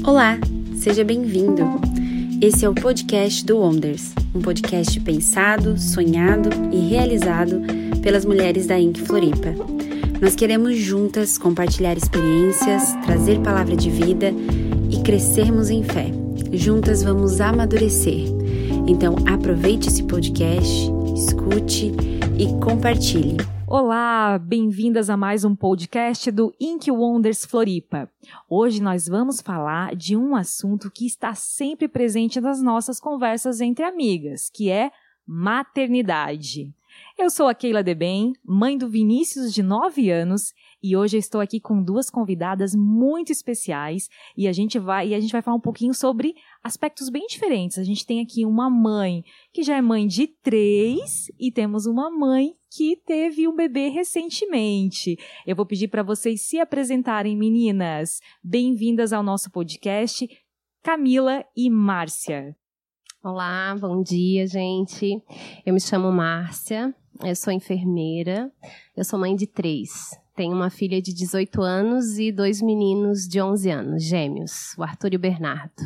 Olá, seja bem-vindo. Esse é o podcast do Wonders, um podcast pensado, sonhado e realizado pelas mulheres da INC Floripa. Nós queremos juntas compartilhar experiências, trazer palavra de vida e crescermos em fé. Juntas vamos amadurecer. Então aproveite esse podcast, escute e compartilhe. Olá, bem-vindas a mais um podcast do INC Wonders Floripa. Hoje nós vamos falar de um assunto que está sempre presente nas nossas conversas entre amigas, que é maternidade. Eu sou a Keila Debem, mãe do Vinícius de 9 anos, e hoje eu estou aqui com duas convidadas muito especiais e a gente vai falar um pouquinho sobre aspectos bem diferentes. A gente tem aqui uma mãe que já é mãe de 3 e temos uma mãe que teve um bebê recentemente. Eu vou pedir para vocês se apresentarem, meninas. Bem-vindas ao nosso podcast, Camila e Márcia. Olá, bom dia, gente. Eu me chamo Márcia, eu sou enfermeira, eu sou mãe de 3. Tenho uma filha de 18 anos e 2 meninos de 11 anos, gêmeos, o Arthur e o Bernardo.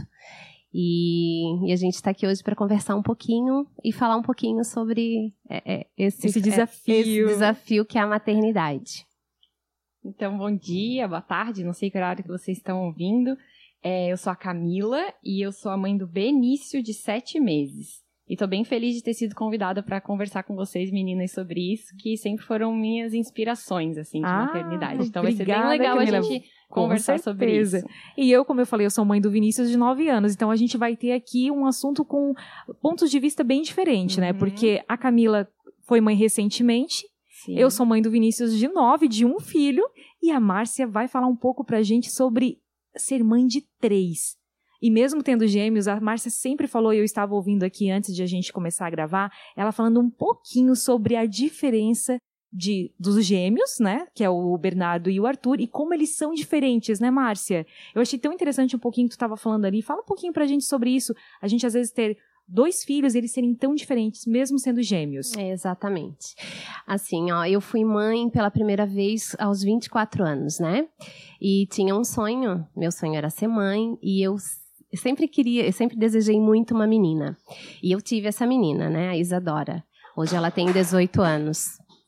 E a gente está aqui hoje para conversar um pouquinho e falar um pouquinho sobre esse desafio que é a maternidade. Então, bom dia, boa tarde, não sei que horário que vocês estão ouvindo. Eu sou a Camila e eu sou a mãe do Benício, de 7 meses. E tô bem feliz de ter sido convidada para conversar com vocês, meninas, sobre isso, que sempre foram minhas inspirações, assim, de maternidade. Então vai ser bem legal, Camila, a gente conversar sobre isso. E eu, como eu falei, eu sou mãe do Vinícius de 9 anos, então a gente vai ter aqui um assunto com pontos de vista bem diferentes, né? Porque a Camila foi mãe recentemente, sim. Eu sou mãe do Vinícius de 9, de um filho, e a Márcia vai falar um pouco pra gente sobre ser mãe de 3. E mesmo tendo gêmeos, a Márcia sempre falou, e eu estava ouvindo aqui antes de a gente começar a gravar, ela falando um pouquinho sobre a diferença dos gêmeos, né, que é o Bernardo e o Arthur, e como eles são diferentes, né, Márcia? Eu achei tão interessante um pouquinho que tu estava falando ali. Fala um pouquinho pra gente sobre isso. A gente, às vezes, ter 2 filhos, eles serem tão diferentes, mesmo sendo gêmeos. Exatamente. Assim, eu fui mãe pela primeira vez aos 24 anos, né? E tinha um sonho, meu sonho era ser mãe, e eu sempre desejei muito uma menina. E eu tive essa menina, né, a Isadora. Hoje ela tem 18 anos.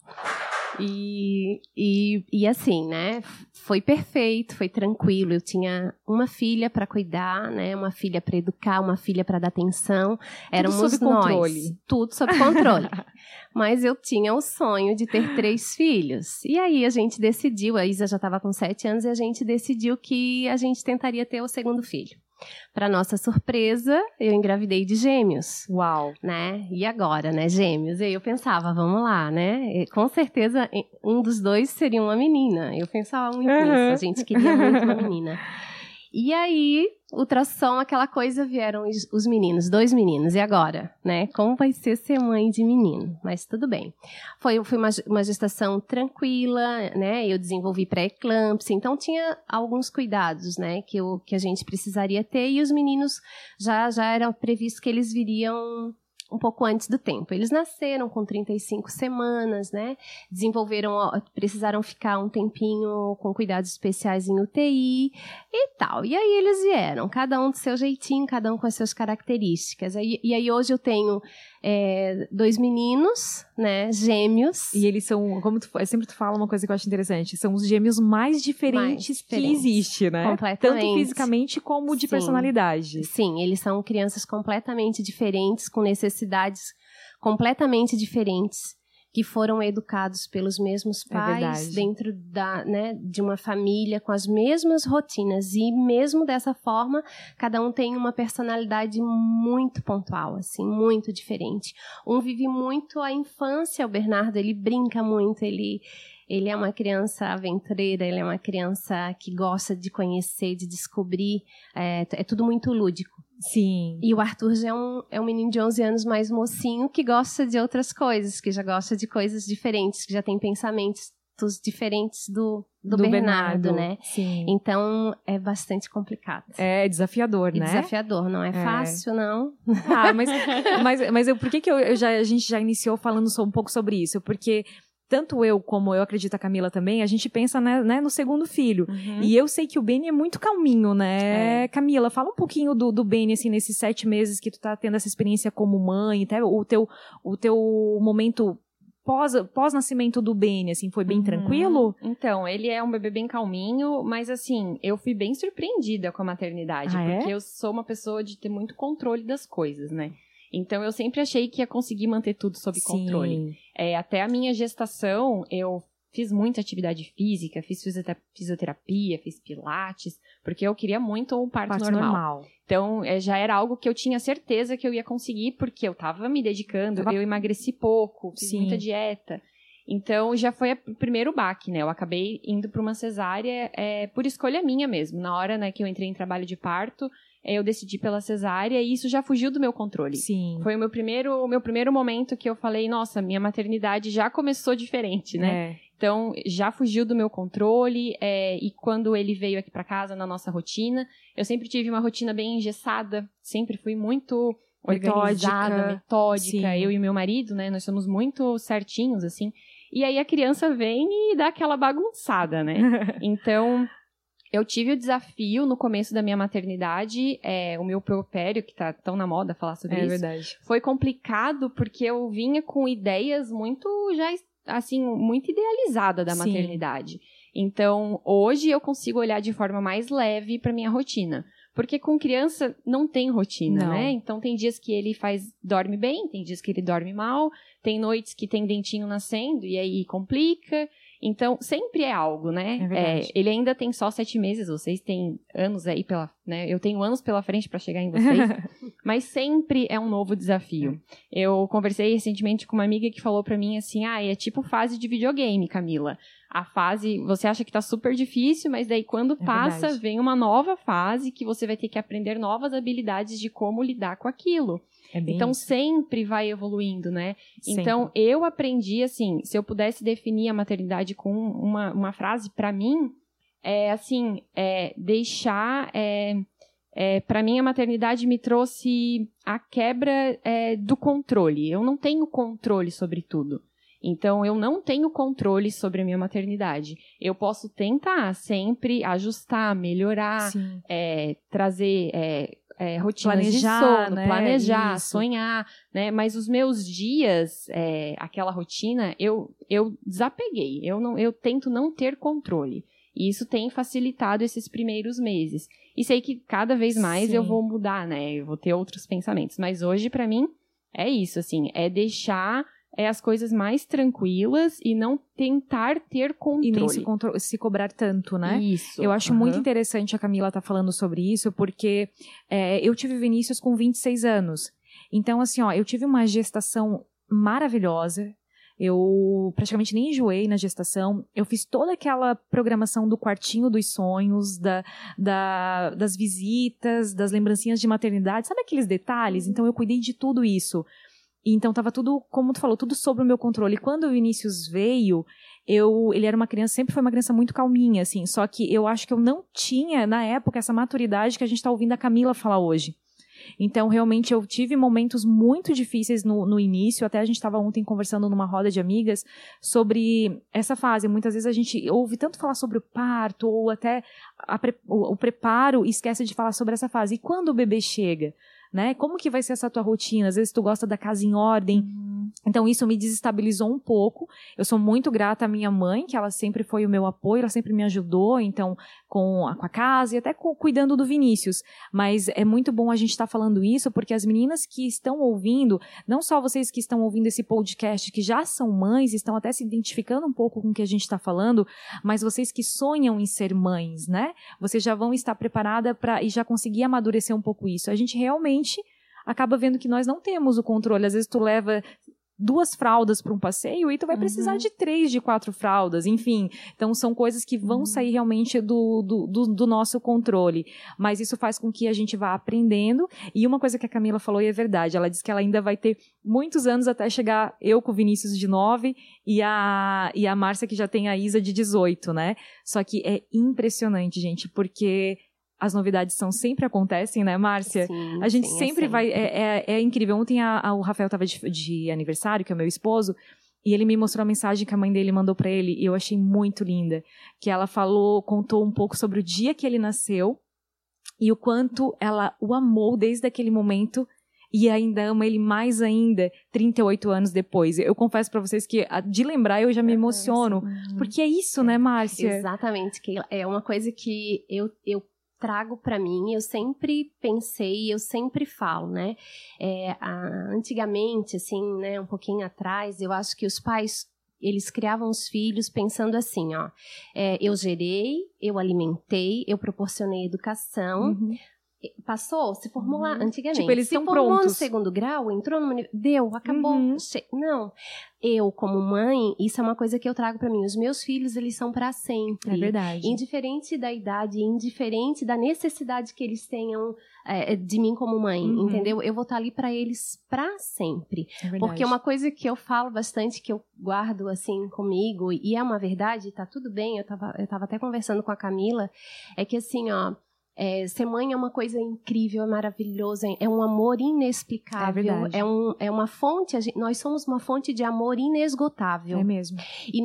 E assim, né, foi perfeito, foi tranquilo. Eu tinha uma filha para cuidar, né, uma filha para educar, uma filha para dar atenção. Éramos nós. Tudo sob controle. Mas eu tinha o sonho de ter 3 filhos. E aí a gente decidiu, a Isa já estava com 7 anos, e a gente decidiu que a gente tentaria ter o segundo filho. Para nossa surpresa, eu engravidei de gêmeos. Uau! Né? E agora, né, gêmeos? E aí eu pensava, vamos lá, né? Com certeza, um dos 2 seria uma menina. Eu pensava muito nisso, a gente queria muito uma menina. E aí, ultrassom, aquela coisa, vieram os meninos, 2 meninos. E agora, né? Como vai ser mãe de menino? Mas tudo bem. Foi uma gestação tranquila, né? Eu desenvolvi pré-eclâmpsia, então tinha alguns cuidados, né? Que a gente precisaria ter. E os meninos já era previsto que eles viriam um pouco antes do tempo. Eles nasceram com 35 semanas, né? Precisaram ficar um tempinho com cuidados especiais em UTI e tal. E aí eles vieram, cada um do seu jeitinho, cada um com as suas características. E aí hoje eu tenho 2 meninos, né? Gêmeos. E eles são, como sempre tu fala uma coisa que eu acho interessante, são os gêmeos mais diferentes que existe, né? Completamente. Tanto fisicamente como de personalidade. Sim, eles são crianças completamente diferentes, com necessidades completamente diferentes, que foram educados pelos mesmos pais, dentro de uma família, com as mesmas rotinas. E mesmo dessa forma, cada um tem uma personalidade muito pontual, assim, muito diferente. Um vive muito a infância, o Bernardo, ele brinca muito, ele é uma criança aventureira, ele é uma criança que gosta de conhecer, de descobrir, é tudo muito lúdico. Sim. E o Arthur já é um menino de 11 anos mais mocinho, que gosta de outras coisas, que já gosta de coisas diferentes, que já tem pensamentos diferentes do Bernardo, né? Sim. Então, é bastante complicado. É desafiador, né? Desafiador, não é fácil, não. Mas por que a gente já iniciou falando um pouco sobre isso? Porque tanto eu como eu acredito a Camila também, a gente pensa, né, no segundo filho. E eu sei que o Beni é muito calminho, né? Camila, fala um pouquinho do Beni, assim, nesses 7 meses que tu tá tendo essa experiência como mãe, até o teu momento pós-nascimento do Beni, assim, foi bem tranquilo? Então, ele é um bebê bem calminho, mas assim, eu fui bem surpreendida com a maternidade, porque eu sou uma pessoa de ter muito controle das coisas, né? Então, eu sempre achei que ia conseguir manter tudo sob controle. Até a minha gestação, eu fiz muita atividade física, fiz fisioterapia, fiz pilates, porque eu queria muito um parto normal. Então, já era algo que eu tinha certeza que eu ia conseguir, porque eu tava me dedicando, eu emagreci pouco, fiz muita dieta. Então, já foi o primeiro baque, né? Eu acabei indo para uma cesárea por escolha minha mesmo. Na hora, né, que eu entrei em trabalho de parto, eu decidi pela cesárea e isso já fugiu do meu controle. Sim. Foi o meu primeiro momento que eu falei, nossa, minha maternidade já começou diferente, né? Então, já fugiu do meu controle e quando ele veio aqui pra casa, na nossa rotina, eu sempre tive uma rotina bem engessada, sempre fui muito organizada, metódica. Eu e meu marido, né, nós somos muito certinhos, assim. E aí a criança vem e dá aquela bagunçada, né? Então, eu tive o desafio no começo da minha maternidade, o meu puerpério, que tá tão na moda falar sobre isso. Verdade. Foi complicado porque eu vinha com ideias muito muito idealizada da maternidade. Então, hoje eu consigo olhar de forma mais leve para minha rotina. Porque com criança não tem rotina, né? Então, tem dias que ele dorme bem, tem dias que ele dorme mal, tem noites que tem dentinho nascendo e aí complica. Então, sempre é algo, né? É verdade. Ele ainda tem só 7 meses, vocês têm anos aí né? Eu tenho anos pela frente para chegar em vocês, mas sempre é um novo desafio. Eu conversei recentemente com uma amiga que falou para mim assim, é tipo fase de videogame, Camila. A fase, você acha que tá super difícil, mas daí quando passa, verdade. vem uma nova fase que você vai ter que aprender novas habilidades de como lidar com aquilo. Então, sempre vai evoluindo, né? Sempre. Então, eu aprendi, assim, se eu pudesse definir a maternidade com uma frase, pra mim, pra mim, a maternidade me trouxe a quebra do controle. Eu não tenho controle sobre tudo. Então, eu não tenho controle sobre a minha maternidade. Eu posso tentar sempre ajustar, melhorar, trazer rotinas de sono, né? planejar, sonhar, né? Mas os meus dias, aquela rotina, eu desapeguei. Eu tento não ter controle. E isso tem facilitado esses primeiros meses. E sei que cada vez mais eu vou mudar, né? Eu vou ter outros pensamentos. Mas hoje, pra mim, é isso, assim. É deixar as coisas mais tranquilas e não tentar ter controle. E nem se cobrar tanto, né? Isso. Eu acho muito interessante a Camila tá falando sobre isso, porque eu tive Vinícius com 26 anos. Então, assim, eu tive uma gestação maravilhosa. Eu praticamente nem enjoei na gestação. Eu fiz toda aquela programação do quartinho dos sonhos, das visitas, das lembrancinhas de maternidade. Sabe aqueles detalhes? Então, eu cuidei de tudo isso. Então, tava tudo, como tu falou, tudo sob o meu controle. E quando o Vinícius veio, ele era uma criança, sempre foi uma criança muito calminha, assim. Só que eu acho que eu não tinha, na época, essa maturidade que a gente tá ouvindo a Camila falar hoje. Então, realmente, eu tive momentos muito difíceis no início. Até a gente estava ontem conversando numa roda de amigas sobre essa fase. Muitas vezes a gente ouve tanto falar sobre o parto ou até o preparo e esquece de falar sobre essa fase. E quando o bebê chega, né? Como que vai ser essa tua rotina? Às vezes tu gosta da casa em ordem. Então, isso me desestabilizou um pouco. Eu sou muito grata à minha mãe, que ela sempre foi o meu apoio, ela sempre me ajudou, então, com a casa e até cuidando do Vinícius. Mas é muito bom a gente estar falando isso, porque as meninas que estão ouvindo, não só vocês que estão ouvindo esse podcast, que já são mães, estão até se identificando um pouco com o que a gente está falando, mas vocês que sonham em ser mães, né? Vocês já vão estar preparada e já conseguir amadurecer um pouco isso. A gente realmente acaba vendo que nós não temos o controle. Às vezes tu leva 2 fraldas para um passeio e tu vai precisar de 3, de 4 fraldas, enfim. Então, são coisas que vão sair realmente do nosso controle. Mas isso faz com que a gente vá aprendendo. E uma coisa que a Camila falou, e é verdade, ela disse que ela ainda vai ter muitos anos até chegar eu com o Vinícius de 9 e a Márcia que já tem a Isa de 18, né? Só que é impressionante, gente, porque as novidades sempre acontecem, né, Márcia? Sim, a gente sim, sempre vai... É incrível. Ontem o Rafael estava de aniversário, que é o meu esposo, E ele me mostrou a mensagem que a mãe dele mandou pra ele, e eu achei muito linda. Que ela contou um pouco sobre o dia que ele nasceu, e o quanto ela o amou desde aquele momento, e ainda ama ele mais ainda 38 anos depois. Eu confesso pra vocês que, de lembrar, eu já me emociono. Porque é isso, né, Márcia? Exatamente, Keila. É uma coisa que eu trago pra mim, eu sempre pensei, eu sempre falo, né? Antigamente, assim, né, um pouquinho atrás, eu acho que os pais, eles criavam os filhos pensando assim, ó, eu gerei, eu alimentei, eu proporcionei educação, passou, se formou lá antigamente. Tipo, eles estão prontos. Se formou no segundo grau, entrou no... Deu, acabou. Não. Eu, como mãe, isso é uma coisa que eu trago pra mim. Os meus filhos, eles são pra sempre. É verdade. Indiferente da idade, indiferente da necessidade que eles tenham de mim como mãe, entendeu? Eu vou estar ali pra eles pra sempre. É verdade. Porque uma coisa que eu falo bastante, que eu guardo, assim, comigo, e é uma verdade, tá tudo bem, eu tava até conversando com a Camila, é que, assim, ó, ser mãe é uma coisa incrível, é maravilhoso, é um amor inexplicável, É verdade. é uma fonte, nós somos uma fonte de amor inesgotável. É mesmo. E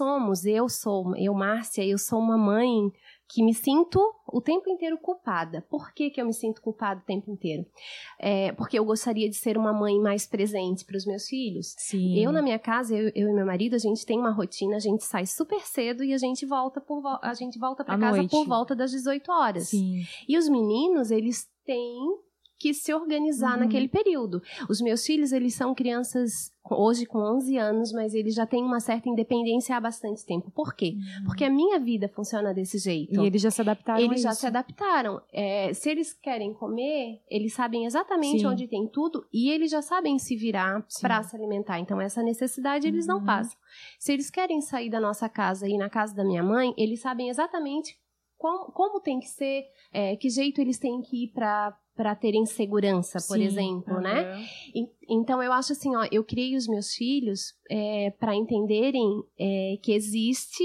eu, Márcia, eu sou uma mãe que me sinto o tempo inteiro culpada. Por que eu me sinto culpada o tempo inteiro? Porque eu gostaria de ser uma mãe mais presente para os meus filhos. Sim. Eu, na minha casa, eu e meu marido, a gente tem uma rotina, a gente sai super cedo e a gente volta para casa noite. por volta das 18 horas. Sim. E os meninos, eles têm que se organizar naquele período. Os meus filhos, eles são crianças hoje com 11 anos, mas eles já têm uma certa independência há bastante tempo. Por quê? Porque a minha vida funciona desse jeito. E eles já se adaptaram Eles a já isso. se adaptaram. Se eles querem comer, eles sabem exatamente Sim. onde tem tudo e eles já sabem se virar para se alimentar. Então, essa necessidade eles não passam. Se eles querem sair da nossa casa e ir na casa da minha mãe, eles sabem exatamente como tem que ser, que jeito eles têm que ir para terem segurança, por exemplo, né? Então, eu acho assim, ó, eu criei os meus filhos para entenderem que existe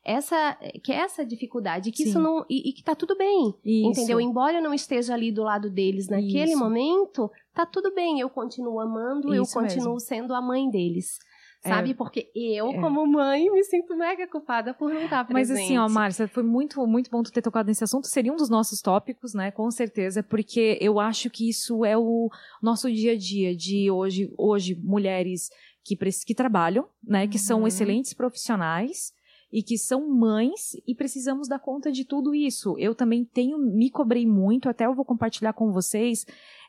essa dificuldade, que isso não... E que tá tudo bem, entendeu? Embora eu não esteja ali do lado deles naquele momento, tá tudo bem, eu continuo amando, eu continuo sendo a mãe deles. Sabe? Porque eu, como mãe, me sinto mega culpada por não estar presente. Mas assim, ó, Márcia, foi muito, muito bom tu ter tocado nesse assunto. Seria um dos nossos tópicos, né? Com certeza, porque eu acho que isso é o nosso dia a dia de hoje mulheres que trabalham, né? Que são excelentes profissionais e que são mães e precisamos dar conta de tudo isso. Eu também me cobrei muito, até eu vou compartilhar com vocês,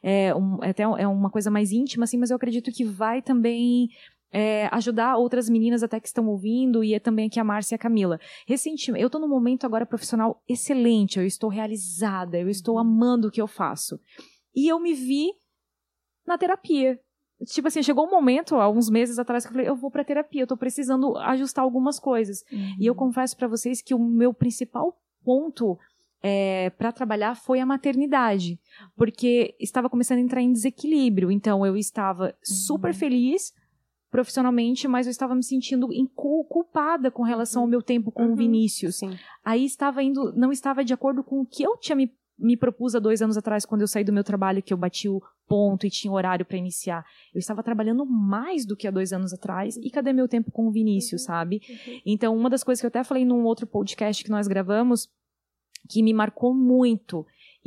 até é uma coisa mais íntima, assim, mas eu acredito que vai também... ajudar outras meninas até que estão ouvindo, e também aqui a Márcia e a Camila. Recentemente, eu estou num momento agora profissional excelente, eu estou realizada, eu estou amando o que eu faço. E eu me vi na terapia. Tipo assim, chegou um momento, há uns meses atrás, que eu falei, eu vou pra terapia, eu tô precisando ajustar algumas coisas. E eu confesso pra vocês que o meu principal ponto para trabalhar foi a maternidade, porque estava começando a entrar em desequilíbrio. Então, eu estava super feliz profissionalmente, mas eu estava me sentindo culpada com relação ao meu tempo com o Vinícius. Sim. Aí não estava de acordo com o que eu tinha me propus há 2 anos atrás, quando eu saí do meu trabalho, que eu bati o ponto e tinha horário para iniciar. Eu estava trabalhando mais do que há 2 anos atrás, e cadê meu tempo com o Vinícius, sabe? Então, uma das coisas que eu até falei num outro podcast que nós gravamos, que me marcou muito,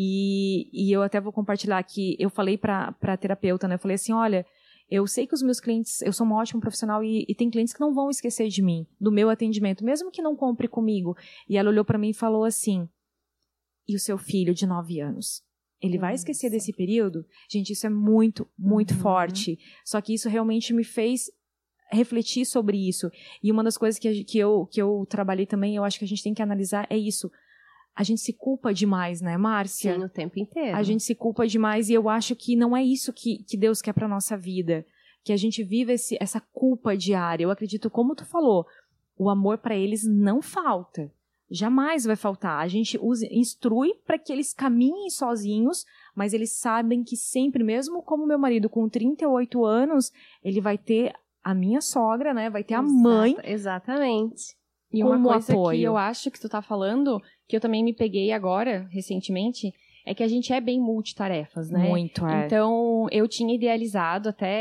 e eu até vou compartilhar aqui, eu falei pra terapeuta, né? Eu falei assim, olha, eu sei que os meus clientes, eu sou uma ótima profissional e tem clientes que não vão esquecer de mim, do meu atendimento, mesmo que não compre comigo. E ela olhou pra mim e falou assim, e o seu filho de 9 anos? Ele vai esquecer desse período? Gente, isso é muito, muito forte. Só que isso realmente me fez refletir sobre isso. E uma das coisas que eu trabalhei também, eu acho que a gente tem que analisar, é isso. A gente se culpa demais, né, Márcia? Sim, o tempo inteiro. A gente se culpa demais e eu acho que não é isso que Deus quer pra nossa vida. Que a gente viva essa culpa diária. Eu acredito, como tu falou, o amor pra eles não falta. Jamais vai faltar. A gente instrui para que eles caminhem sozinhos, mas eles sabem que sempre, mesmo como meu marido com 38 anos, ele vai ter a minha sogra, né? Vai ter a mãe. Exatamente. E uma coisa apoio. que eu acho que tu tá falando, que eu também me peguei agora, recentemente, é que a gente é bem multitarefas, né? Muito, Então, eu tinha idealizado até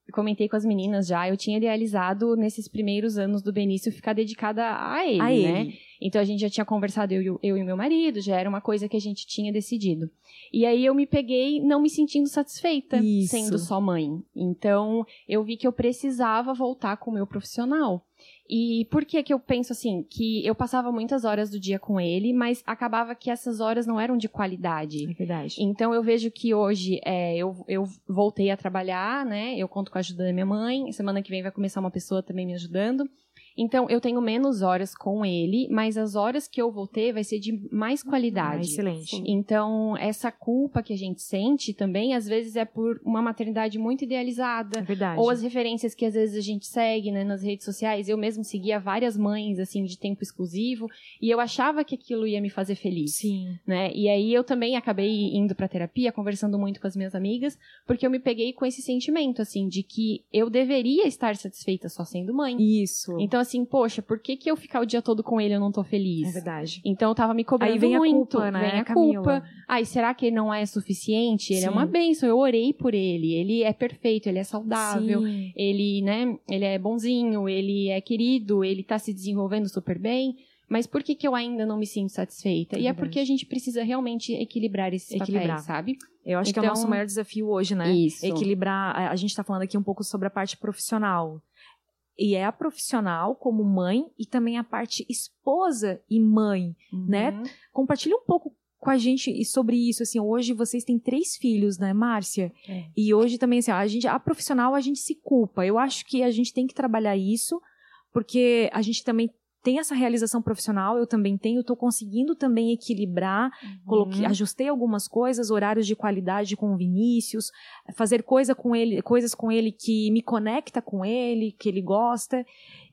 comentei com as meninas já, eu tinha idealizado nesses primeiros anos do Benício ficar dedicada a ele, né? Então a gente já tinha conversado, eu e meu marido, já era uma coisa que a gente tinha decidido. E aí eu me peguei não me sentindo satisfeita sendo só mãe. Então eu vi que eu precisava voltar com o meu profissional. E por que eu penso assim? Que eu passava muitas horas do dia com ele, mas acabava que essas horas não eram de qualidade. É verdade. Então eu vejo que hoje eu voltei a trabalhar, né? Eu conto com a ajuda da minha mãe. Semana que vem vai começar uma pessoa também me ajudando. Então, eu tenho menos horas com ele, mas as horas que eu vou ter vai ser de mais qualidade. Excelente. Sim. Então, essa culpa que a gente sente também, às vezes, é por uma maternidade muito idealizada. É verdade. Ou as referências que, às vezes, a gente segue, né, nas redes sociais. Eu mesmo seguia várias mães, assim, de tempo exclusivo, e eu achava que aquilo ia me fazer feliz. Sim. Né? E aí, eu também acabei indo pra terapia, conversando muito com as minhas amigas, porque eu me peguei com esse sentimento, assim, de que eu deveria estar satisfeita só sendo mãe. Isso. Então, assim, poxa, por que eu ficar o dia todo com ele e eu não tô feliz? É verdade. Então, eu tava me cobrando aí vem muito. A culpa, né? Vem a Camila? culpa. Ai, será que ele não é suficiente? Ele Sim. é uma bênção, eu orei por ele. Ele é perfeito, ele é saudável. Sim. Ele, né, ele é bonzinho, ele é querido, ele tá se desenvolvendo super bem. Mas por que eu ainda não me sinto satisfeita? E é porque a gente precisa realmente equilibrar esses papéis, sabe? Eu acho que é o nosso maior desafio hoje, né? Isso. Equilibrar. A gente tá falando aqui um pouco sobre a parte profissional. E é a profissional como mãe e também a parte esposa e mãe, né? Compartilha um pouco com a gente sobre isso, assim, hoje vocês têm 3 filhos, né, Márcia? É. E hoje também, assim, a profissional a gente se culpa. Eu acho que a gente tem que trabalhar isso, porque a gente também tem essa realização profissional, eu também tenho, tô conseguindo também equilibrar, ajustei algumas coisas, horários de qualidade com o Vinícius, fazer coisas com ele que me conecta com ele, que ele gosta,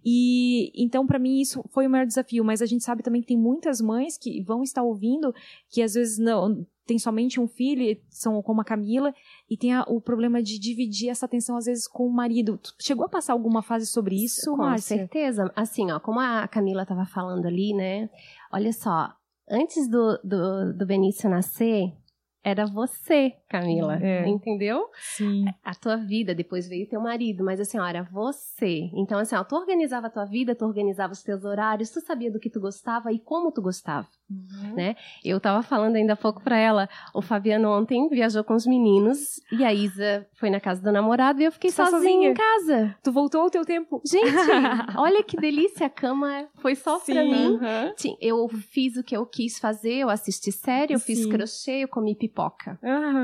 e então para mim isso foi o maior desafio, mas a gente sabe também que tem muitas mães que vão estar ouvindo, que às vezes não tem somente um filho, são como a Camila, e tem o problema de dividir essa atenção, às vezes, com o marido. Tu chegou a passar alguma fase sobre isso, Márcia? Com certeza. Assim, ó, como a Camila estava falando ali, né? Olha só, antes do Benício nascer, era você, Camila, entendeu? Sim. A tua vida, depois veio teu marido, mas assim, ó, era você. Então, assim, ó, tu organizava a tua vida, tu organizava os teus horários, tu sabia do que tu gostava e como tu gostava, né? Eu tava falando ainda há pouco pra ela, o Fabiano ontem viajou com os meninos e a Isa foi na casa do namorado e eu fiquei sozinha em casa. Tu voltou ao teu tempo. Gente, olha que delícia, a cama foi só pra mim. Eu fiz o que eu quis fazer, eu assisti série, eu fiz crochê, eu comi pipoca.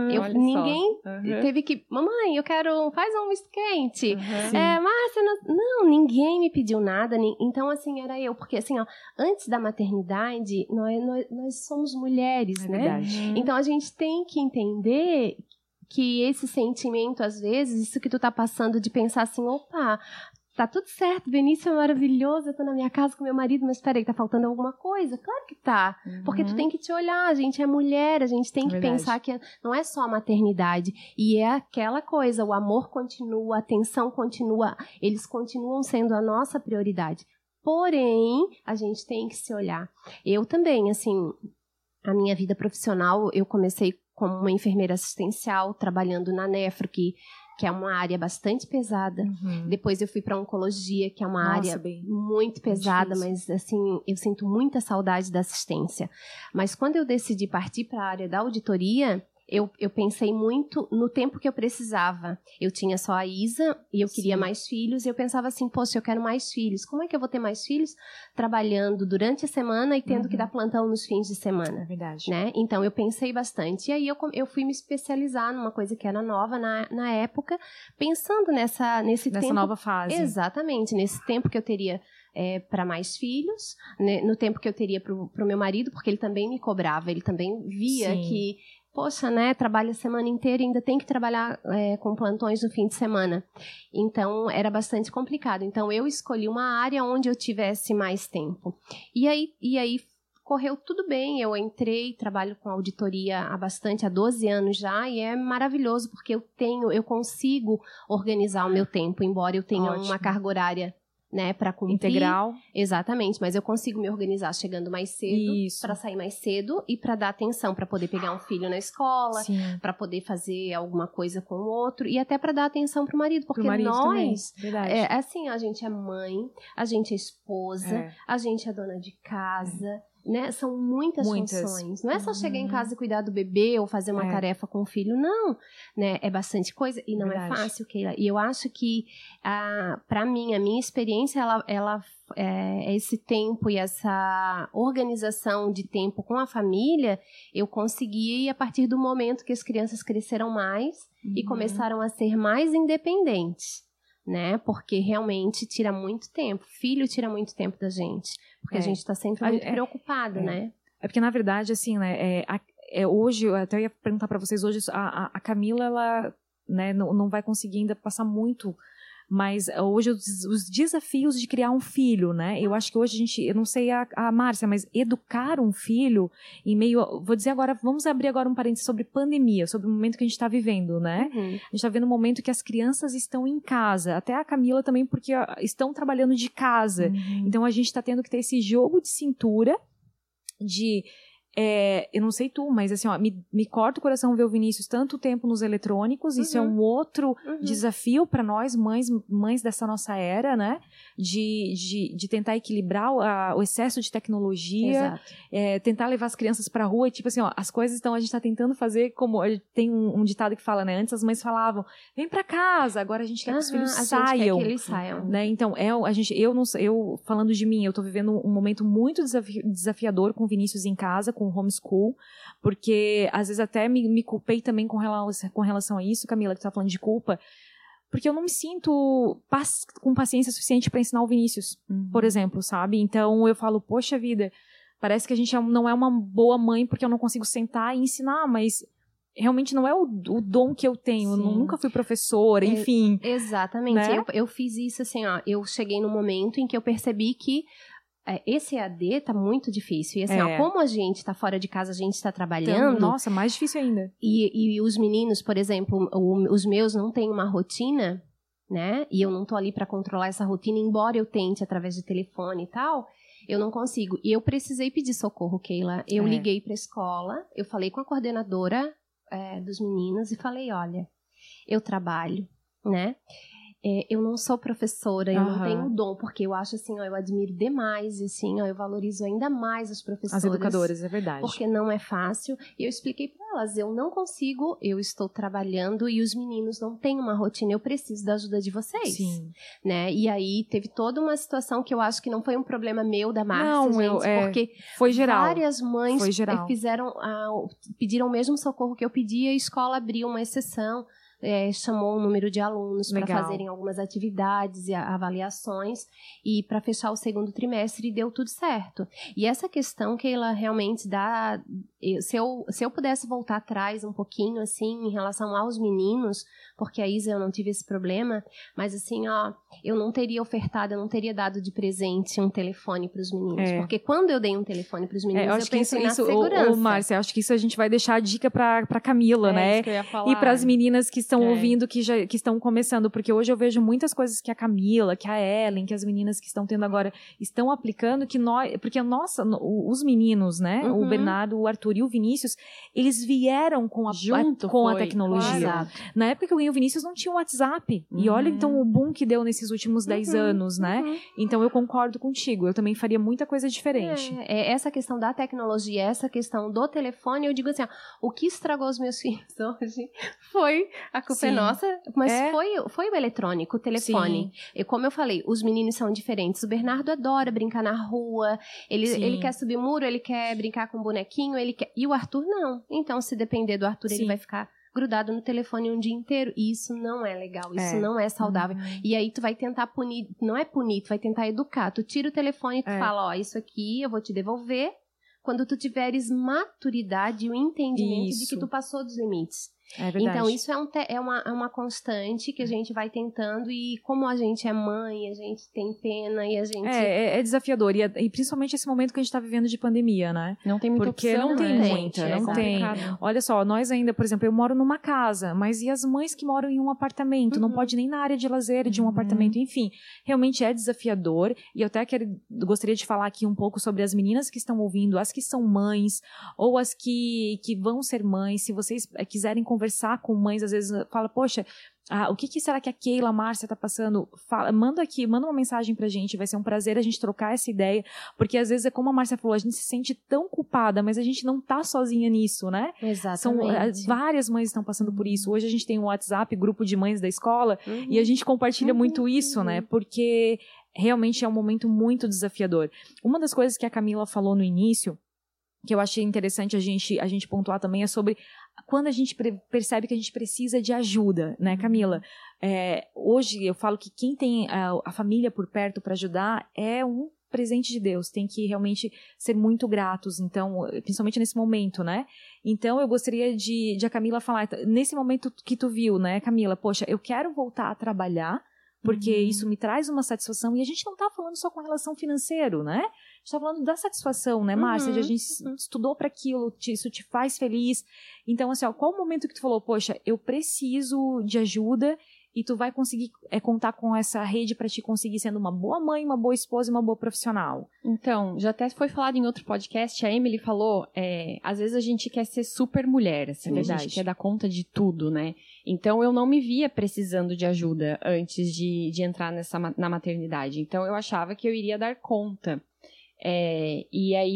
Ninguém teve que... Mamãe, eu quero... Faz um misto quente. Márcia, não, ninguém me pediu nada. Então, assim, era eu. Porque, assim, ó, antes da maternidade, nós somos mulheres, né? Verdade. Então, a gente tem que entender que esse sentimento, às vezes, isso que tu tá passando de pensar assim, opa... Tá tudo certo, Benício é maravilhoso, eu tô na minha casa com meu marido, mas peraí, tá faltando alguma coisa? Claro que tá, porque tu tem que te olhar, a gente é mulher, a gente tem que pensar que não é só a maternidade, e é aquela coisa, o amor continua, a atenção continua, eles continuam sendo a nossa prioridade. Porém, a gente tem que se olhar. Eu também, assim, a minha vida profissional, eu comecei como uma enfermeira assistencial, trabalhando na Nefro, que é uma área bastante pesada. Depois eu fui para oncologia, que é uma área muito pesada, mas assim, eu sinto muita saudade da assistência. Mas quando eu decidi partir para a área da auditoria, eu pensei muito no tempo que eu precisava. Eu tinha só a Isa e eu queria mais filhos, e eu pensava assim, poxa, eu quero mais filhos. Como é que eu vou ter mais filhos? Trabalhando durante a semana e tendo que dar plantão nos fins de semana. É verdade. Né? Então, eu pensei bastante. E aí, eu fui me especializar numa coisa que era nova na época, pensando nesse tempo... Nessa nova fase. Exatamente, nesse tempo que eu teria... para mais filhos, né? No tempo que eu teria pro meu marido, porque ele também me cobrava, ele também via que, poxa, né, trabalha a semana inteira e ainda tem que trabalhar com plantões no fim de semana. Então, era bastante complicado. Então, eu escolhi uma área onde eu tivesse mais tempo. E aí correu tudo bem, eu entrei, trabalho com auditoria há 12 anos já, e é maravilhoso, porque eu consigo organizar o meu tempo, embora eu tenha uma carga horária, né, para cumprir. Integral. Exatamente, mas eu consigo me organizar chegando mais cedo, para sair mais cedo e para dar atenção, para poder pegar um filho na escola, para poder fazer alguma coisa com o outro e até para dar atenção pro marido, porque nós, assim, a gente é mãe, a gente é esposa, a gente é dona de casa, né? São muitas funções. Não é só chegar em casa e cuidar do bebê ou fazer uma tarefa com o filho, não. Né? É bastante coisa e não é fácil, Keila. E eu acho que, para mim, a minha experiência, ela esse tempo e essa organização de tempo com a família, eu consegui a partir do momento que as crianças cresceram mais e começaram a ser mais independentes. Né? Porque realmente tira muito tempo. Filho tira muito tempo da gente. Porque a gente está sempre muito preocupada, né? É porque, na verdade, assim, né? Hoje, eu até ia perguntar para vocês, hoje a Camila, ela, né, não vai conseguir ainda passar muito, mas hoje os desafios de criar um filho, né? Eu acho que hoje eu não sei a Márcia, mas educar um filho em meio, vou dizer agora, vamos abrir agora um parênteses sobre pandemia, sobre o momento que a gente está vivendo, né? A gente está vivendo um momento que as crianças estão em casa, até a Camila também, porque estão trabalhando de casa. Então a gente está tendo que ter esse jogo de cintura de... eu não sei tu, mas assim, ó, me corta o coração ver o Vinícius tanto tempo nos eletrônicos, isso é um outro desafio para nós, mães dessa nossa era, né? De tentar equilibrar o excesso de tecnologia, tentar levar as crianças pra rua, e tipo assim, ó, as coisas a gente tá tentando fazer como, tem um ditado que fala, né? Antes as mães falavam, vem pra casa, agora a gente quer que os filhos saiam. Gente quer que eles saiam. Né? Então, eu falando de mim, eu tô vivendo um momento muito desafiador com o Vinícius em casa, com o homeschool, porque às vezes até me culpei também com relação a isso, Camila, que tu tá falando de culpa, porque eu não me sinto com paciência suficiente para ensinar o Vinícius, por exemplo, sabe? Então eu falo, poxa vida, parece que a gente não é uma boa mãe porque eu não consigo sentar e ensinar, mas realmente não é o dom que eu tenho, eu nunca fui professora, enfim. Exatamente, né? Eu fiz isso assim, ó, eu cheguei no momento em que eu percebi que esse EAD tá muito difícil. E assim, ó, como a gente tá fora de casa, a gente tá trabalhando... Então, nossa, mais difícil ainda. E os meninos, por exemplo, os meus não têm uma rotina, né? E eu não tô ali pra controlar essa rotina, embora eu tente através de telefone e tal, eu não consigo. E eu precisei pedir socorro, Keila. Eu liguei pra escola, eu falei com a coordenadora dos meninos e falei, olha, eu trabalho, né? Eu não sou professora, eu não tenho dom, porque eu acho assim, ó, eu admiro demais, assim, ó, eu valorizo ainda mais as professoras. As educadoras, é verdade. Porque não é fácil. E eu expliquei para elas, eu não consigo, eu estou trabalhando e os meninos não têm uma rotina, eu preciso da ajuda de vocês. Sim. Né? E aí teve toda uma situação que eu acho que não foi um problema meu, da Márcia, porque foi geral. Várias mães pediram o mesmo socorro que eu pedi, a escola abriu uma exceção, chamou um número de alunos para fazerem algumas atividades e avaliações e para fechar o segundo trimestre, e deu tudo certo. E essa questão que ela realmente dá... Se eu pudesse voltar atrás um pouquinho, assim, em relação aos meninos, porque a Isa eu não tive esse problema, mas assim, ó, eu não teria ofertado, eu não teria dado de presente um telefone para os meninos, porque quando eu dei um telefone para os meninos, eu pensei na segurança. Márcia, acho que isso a gente vai deixar a dica para Camila, né? Isso que eu ia falar. E para as meninas que estão ouvindo, que estão começando, porque hoje eu vejo muitas coisas que a Camila, que a Ellen, que as meninas que estão tendo agora estão aplicando, porque os meninos, né? O Bernardo, o Arthur e o Vinícius, eles vieram com a tecnologia. Claro. Na época que eu ganhei o Vinícius, não tinha o WhatsApp. E olha, então, o boom que deu nesses últimos 10 anos, né? Então, eu concordo contigo. Eu também faria muita coisa diferente. Essa questão da tecnologia, essa questão do telefone, eu digo assim, ó, o que estragou os meus filhos hoje foi, a culpa é nossa, mas foi o eletrônico, o telefone. E como eu falei, os meninos são diferentes. O Bernardo adora brincar na rua, ele quer subir muro, ele quer brincar com bonequinho, e o Arthur não. Então, se depender do Arthur, ele vai ficar grudado no telefone um dia inteiro. E isso não é legal, isso não é saudável. E aí tu vai tentar punir, não é punir, tu vai tentar educar. Tu tira o telefone e tu fala, ó, isso aqui eu vou te devolver quando tu tiveres maturidade e o entendimento de que tu passou dos limites. É verdade. Então, isso é uma constante que a gente vai tentando, e como a gente é mãe, a gente tem pena e a gente... É desafiador, e principalmente esse momento que a gente tá vivendo de pandemia, né? Não tem muita Porque opção, não tem né, muita, gente? não tem. Olha só, nós ainda, por exemplo, eu moro numa casa, mas e as mães que moram em um apartamento? Não pode nem na área de lazer de um apartamento, enfim. Realmente é desafiador, e eu até gostaria de falar aqui um pouco sobre as meninas que estão ouvindo, as que são mães, ou as que vão ser mães. Se vocês quiserem conversar com mães, às vezes fala, poxa, o que será que a Keila, a Márcia tá passando? Manda uma mensagem pra gente, vai ser um prazer a gente trocar essa ideia, porque às vezes é como a Márcia falou, a gente se sente tão culpada, mas a gente não tá sozinha nisso, né? Exatamente. Várias mães estão passando por isso. Hoje a gente tem um WhatsApp, grupo de mães da escola, e a gente compartilha muito isso, né? Porque realmente é um momento muito desafiador. Uma das coisas que a Camila falou no início, que eu achei interessante a gente pontuar também, é sobre quando a gente percebe que a gente precisa de ajuda, né, Camila? Hoje eu falo que quem tem a família por perto para ajudar é um presente de Deus, tem que realmente ser muito gratos, então, principalmente nesse momento, né? Então, eu gostaria de a Camila falar, nesse momento que tu viu, né, Camila, poxa, eu quero voltar a trabalhar, porque isso me traz uma satisfação, e a gente não tá falando só com relação financeiro, né? A gente tá falando da satisfação, né, Márcia? De a gente estudou para aquilo, isso te faz feliz. Então, assim, qual o momento que tu falou, poxa, eu preciso de ajuda, e tu vai conseguir contar com essa rede para te conseguir sendo uma boa mãe, uma boa esposa e uma boa profissional? Então, já até foi falado em outro podcast, a Emily falou, às vezes a gente quer ser super mulher, assim, a gente quer dar conta de tudo, né? Então, eu não me via precisando de ajuda antes de entrar na maternidade. Então, eu achava que eu iria dar conta. E aí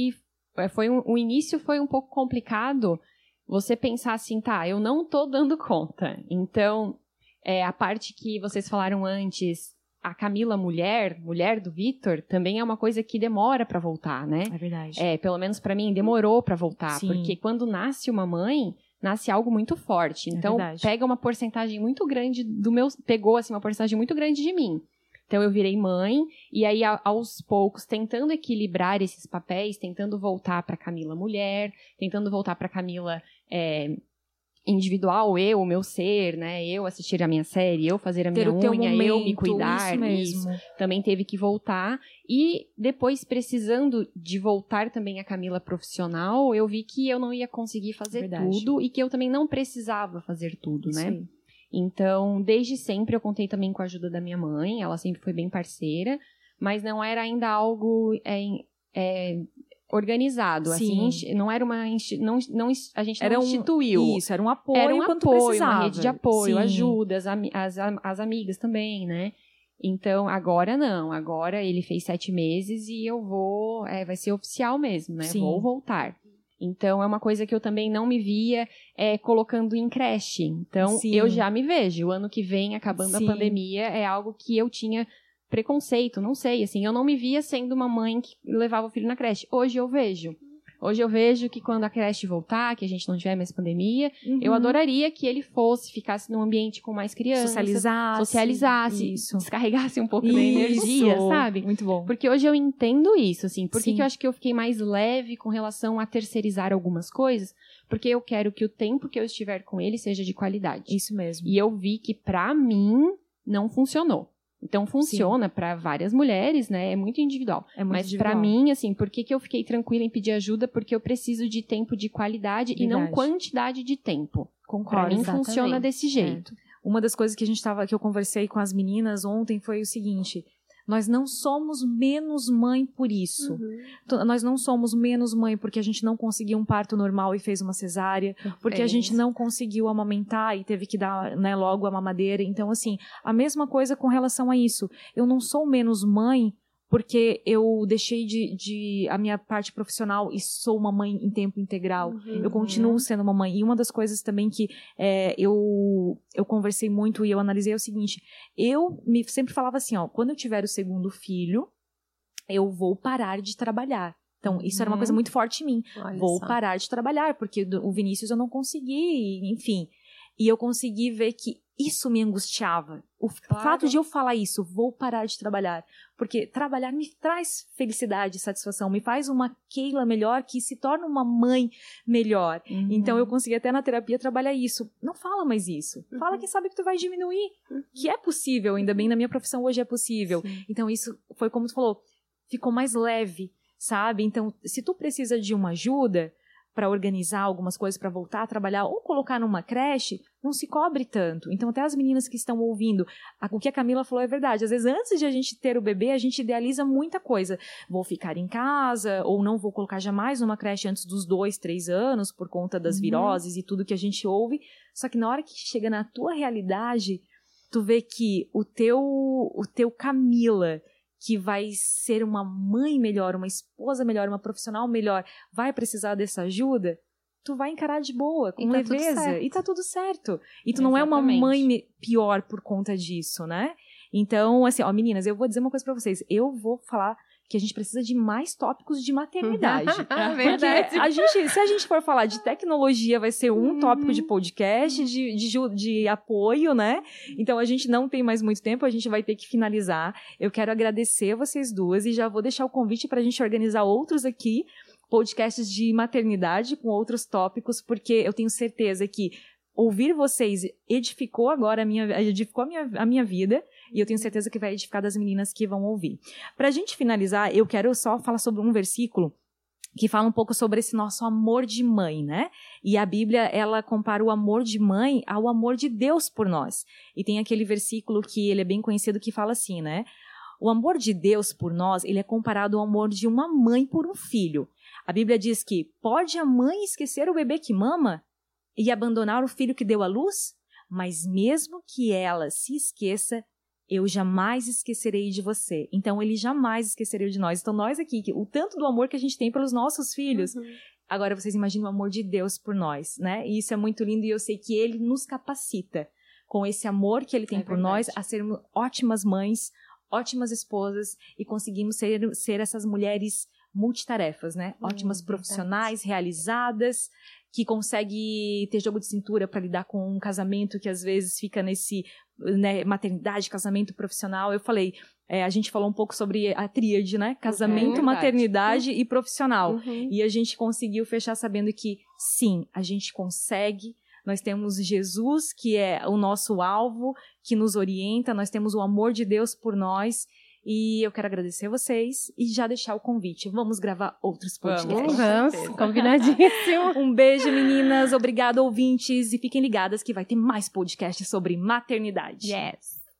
o início foi um pouco complicado, você pensar assim, tá, eu não tô dando conta. Então, a parte que vocês falaram antes, a Camila mulher do Vitor, também é uma coisa que demora pra voltar, né? É verdade. Pelo menos pra mim, demorou pra voltar. Sim. Porque quando nasce uma mãe, nasce algo muito forte. Então, pega uma porcentagem muito grande pegou, assim, uma porcentagem muito grande de mim. Então, eu virei mãe, e aí, aos poucos, tentando equilibrar esses papéis, tentando voltar pra Camila mulher, tentando voltar pra Camila individual, o meu ser, né? Eu assistir a minha série, eu fazer a minha unha, eu me cuidar. Isso mesmo. Também teve que voltar. E depois, precisando de voltar também a Camila profissional, eu vi que eu não ia conseguir fazer tudo e que eu também não precisava fazer tudo, né? Sim. Então, desde sempre eu contei também com a ajuda da minha mãe, ela sempre foi bem parceira, mas não era ainda algo organizado, Sim. assim, não era a gente não instituiu. Isso, era um apoio, era um quando apoio, precisava. Uma rede de apoio, Sim. ajuda, as amigas também, né? Então, agora não, agora ele fez 7 meses e eu vou, vai ser oficial mesmo, né? Sim. Vou voltar. Então, é uma coisa que eu também não me via colocando em creche. Então, Sim. eu já me vejo, o ano que vem, acabando Sim. a pandemia, é algo que eu tinha preconceito, não sei, assim, eu não me via sendo uma mãe que levava o filho na creche. Hoje eu vejo que quando a creche voltar, que a gente não tiver mais pandemia, eu adoraria que ele ficasse num ambiente com mais crianças. Socializasse, isso. Descarregasse um pouco da energia, sabe? Muito bom. Porque hoje eu entendo isso, assim, por que eu acho que eu fiquei mais leve com relação a terceirizar algumas coisas? Porque eu quero que o tempo que eu estiver com ele seja de qualidade. Isso mesmo. E eu vi que pra mim não funcionou. Então, funciona para várias mulheres, né? É muito individual. Mas para mim, assim, por que eu fiquei tranquila em pedir ajuda? Porque eu preciso de tempo de qualidade e não quantidade de tempo. Concordo. Pra mim, funciona desse jeito. Uma das coisas que que eu conversei com as meninas ontem foi o seguinte: nós não somos menos mãe por isso. Nós não somos menos mãe porque a gente não conseguiu um parto normal e fez uma cesárea, porque a gente não conseguiu amamentar e teve que dar, né, logo a mamadeira. Então, assim, a mesma coisa com relação a isso. Eu não sou menos mãe porque eu deixei a minha parte profissional e sou uma mãe em tempo integral. Eu continuo sendo uma mãe. E uma das coisas também que eu conversei muito e eu analisei é o seguinte: sempre falava assim, quando eu tiver o segundo filho, eu vou parar de trabalhar. Então, isso era uma coisa muito forte em mim. Vou parar de trabalhar, porque o Vinícius eu não consegui, enfim. E eu consegui ver que isso me angustiava. O fato de eu falar isso, vou parar de trabalhar. Porque trabalhar me traz felicidade e satisfação, me faz uma Keila melhor, que se torna uma mãe melhor. Então eu consegui até na terapia trabalhar isso. Não fala mais isso. Fala, quem sabe que tu vai diminuir. Que é possível, ainda bem na minha profissão hoje é possível. Sim. Então isso foi como tu falou, ficou mais leve, sabe? Então se tu precisa de uma ajuda para organizar algumas coisas, para voltar a trabalhar ou colocar numa creche, não se cobre tanto. Então, até as meninas que estão ouvindo, o que a Camila falou é verdade. Às vezes, antes de a gente ter o bebê, a gente idealiza muita coisa. Vou ficar em casa, ou não vou colocar jamais numa creche antes dos 2, 3 anos, por conta das viroses e tudo que a gente ouve. Só que na hora que chega na tua realidade, tu vê que o teu Camila, que vai ser uma mãe melhor, uma esposa melhor, uma profissional melhor, vai precisar dessa ajuda, tu vai encarar de boa, com leveza, e tá tudo certo. E tu não é uma mãe pior por conta disso, né? Então, assim, ó, meninas, eu vou dizer uma coisa pra vocês. Eu vou falar que a gente precisa de mais tópicos de maternidade. Porque se a gente for falar de tecnologia, vai ser um tópico de podcast, de apoio, né? Então, a gente não tem mais muito tempo, a gente vai ter que finalizar. Eu quero agradecer vocês duas e já vou deixar o convite pra gente organizar outros aqui, podcasts de maternidade com outros tópicos, porque eu tenho certeza que ouvir vocês edificou agora a minha vida, e eu tenho certeza que vai edificar das meninas que vão ouvir. Pra gente finalizar, eu quero só falar sobre um versículo que fala um pouco sobre esse nosso amor de mãe, né? E a Bíblia, ela compara o amor de mãe ao amor de Deus por nós. E tem aquele versículo que ele é bem conhecido que fala assim, né? O amor de Deus por nós, ele é comparado ao amor de uma mãe por um filho. A Bíblia diz que pode a mãe esquecer o bebê que mama e abandonar o filho que deu à luz? Mas mesmo que ela se esqueça, eu jamais esquecerei de você. Então, ele jamais esqueceria de nós. Então, nós aqui, o tanto do amor que a gente tem pelos nossos filhos, agora vocês imaginam o amor de Deus por nós, né? E isso é muito lindo e eu sei que ele nos capacita com esse amor que ele tem por nós a sermos ótimas mães, ótimas esposas e conseguimos ser essas mulheres multitarefas, né? Ótimas profissionais, realizadas, que consegue ter jogo de cintura para lidar com um casamento que às vezes fica nesse, né, maternidade, casamento profissional. Eu falei, a gente falou um pouco sobre a tríade, né? Casamento, maternidade e profissional. E a gente conseguiu fechar sabendo que, sim, a gente consegue. Nós temos Jesus, que é o nosso alvo, que nos orienta. Nós temos o amor de Deus por nós. E eu quero agradecer vocês e já deixar o convite. Vamos gravar outros podcasts. Vamos, combinadíssimo. Um beijo, meninas. Obrigada, ouvintes. E fiquem ligadas que vai ter mais podcasts sobre maternidade. Yes.